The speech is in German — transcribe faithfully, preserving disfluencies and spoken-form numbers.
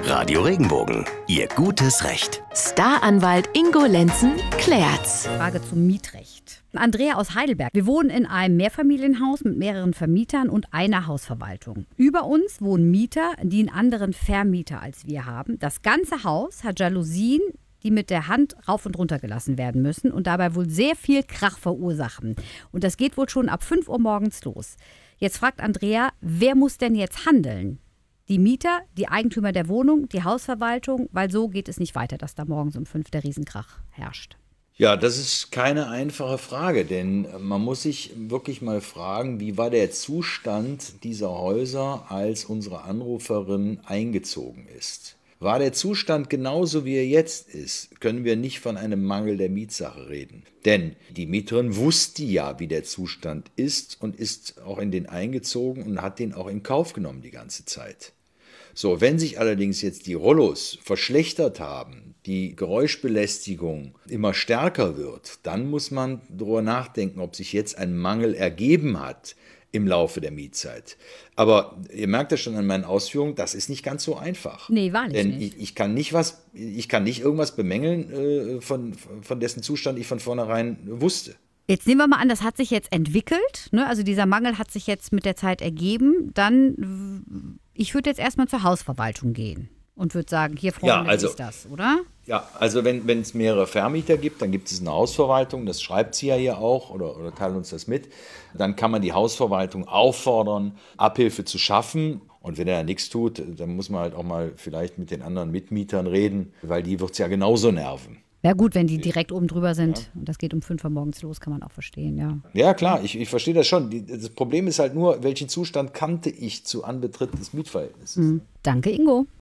Radio Regenbogen, Ihr gutes Recht. Staranwalt Ingo Lenzen klärt's. Frage zum Mietrecht. Andrea aus Heidelberg. Wir wohnen in einem Mehrfamilienhaus mit mehreren Vermietern und einer Hausverwaltung. Über uns wohnen Mieter, die einen anderen Vermieter als wir haben. Das ganze Haus hat Jalousien, die mit der Hand rauf und runter gelassen werden müssen und dabei wohl sehr viel Krach verursachen. Und das geht wohl schon ab fünf Uhr morgens los. Jetzt fragt Andrea, wer muss denn jetzt handeln? Die Mieter, die Eigentümer der Wohnung, die Hausverwaltung, weil so geht es nicht weiter, dass da morgens um fünf der Riesenkrach herrscht. Ja, das ist keine einfache Frage, denn man muss sich wirklich mal fragen, wie war der Zustand dieser Häuser, als unsere Anruferin eingezogen ist? War der Zustand genauso, wie er jetzt ist, können wir nicht von einem Mangel der Mietsache reden. Denn die Mieterin wusste ja, wie der Zustand ist und ist auch in den eingezogen und hat den auch in Kauf genommen die ganze Zeit. So, wenn sich allerdings jetzt die Rollos verschlechtert haben, die Geräuschbelästigung immer stärker wird, dann muss man darüber nachdenken, ob sich jetzt ein Mangel ergeben hat im Laufe der Mietzeit. Aber ihr merkt ja schon an meinen Ausführungen, das ist nicht ganz so einfach. Nee, wahrlich Denn nicht. Ich, ich kann nicht was, ich kann nicht irgendwas bemängeln, äh, von, von dessen Zustand ich von vornherein wusste. Jetzt nehmen wir mal an, das hat sich jetzt entwickelt, ne? Also dieser Mangel hat sich jetzt mit der Zeit ergeben. Dann, ich würde jetzt erstmal zur Hausverwaltung gehen und würde sagen, hier Freunde, Ja, also- ist das, oder? Ja, also wenn wenn es mehrere Vermieter gibt, dann gibt es eine Hausverwaltung, das schreibt sie ja hier auch oder, oder teilt uns das mit. Dann kann man die Hausverwaltung auffordern, Abhilfe zu schaffen. Und wenn er da nichts tut, dann muss man halt auch mal vielleicht mit den anderen Mitmietern reden, weil die wird es ja genauso nerven. Ja gut, wenn die direkt oben drüber sind ja. Und das geht um fünf Uhr morgens los, kann man auch verstehen, ja. Ja klar, ich, ich verstehe das schon. Die, das Problem ist halt nur, welchen Zustand kannte ich zu Anbetritt des Mietverhältnisses. Mhm. Danke, Ingo.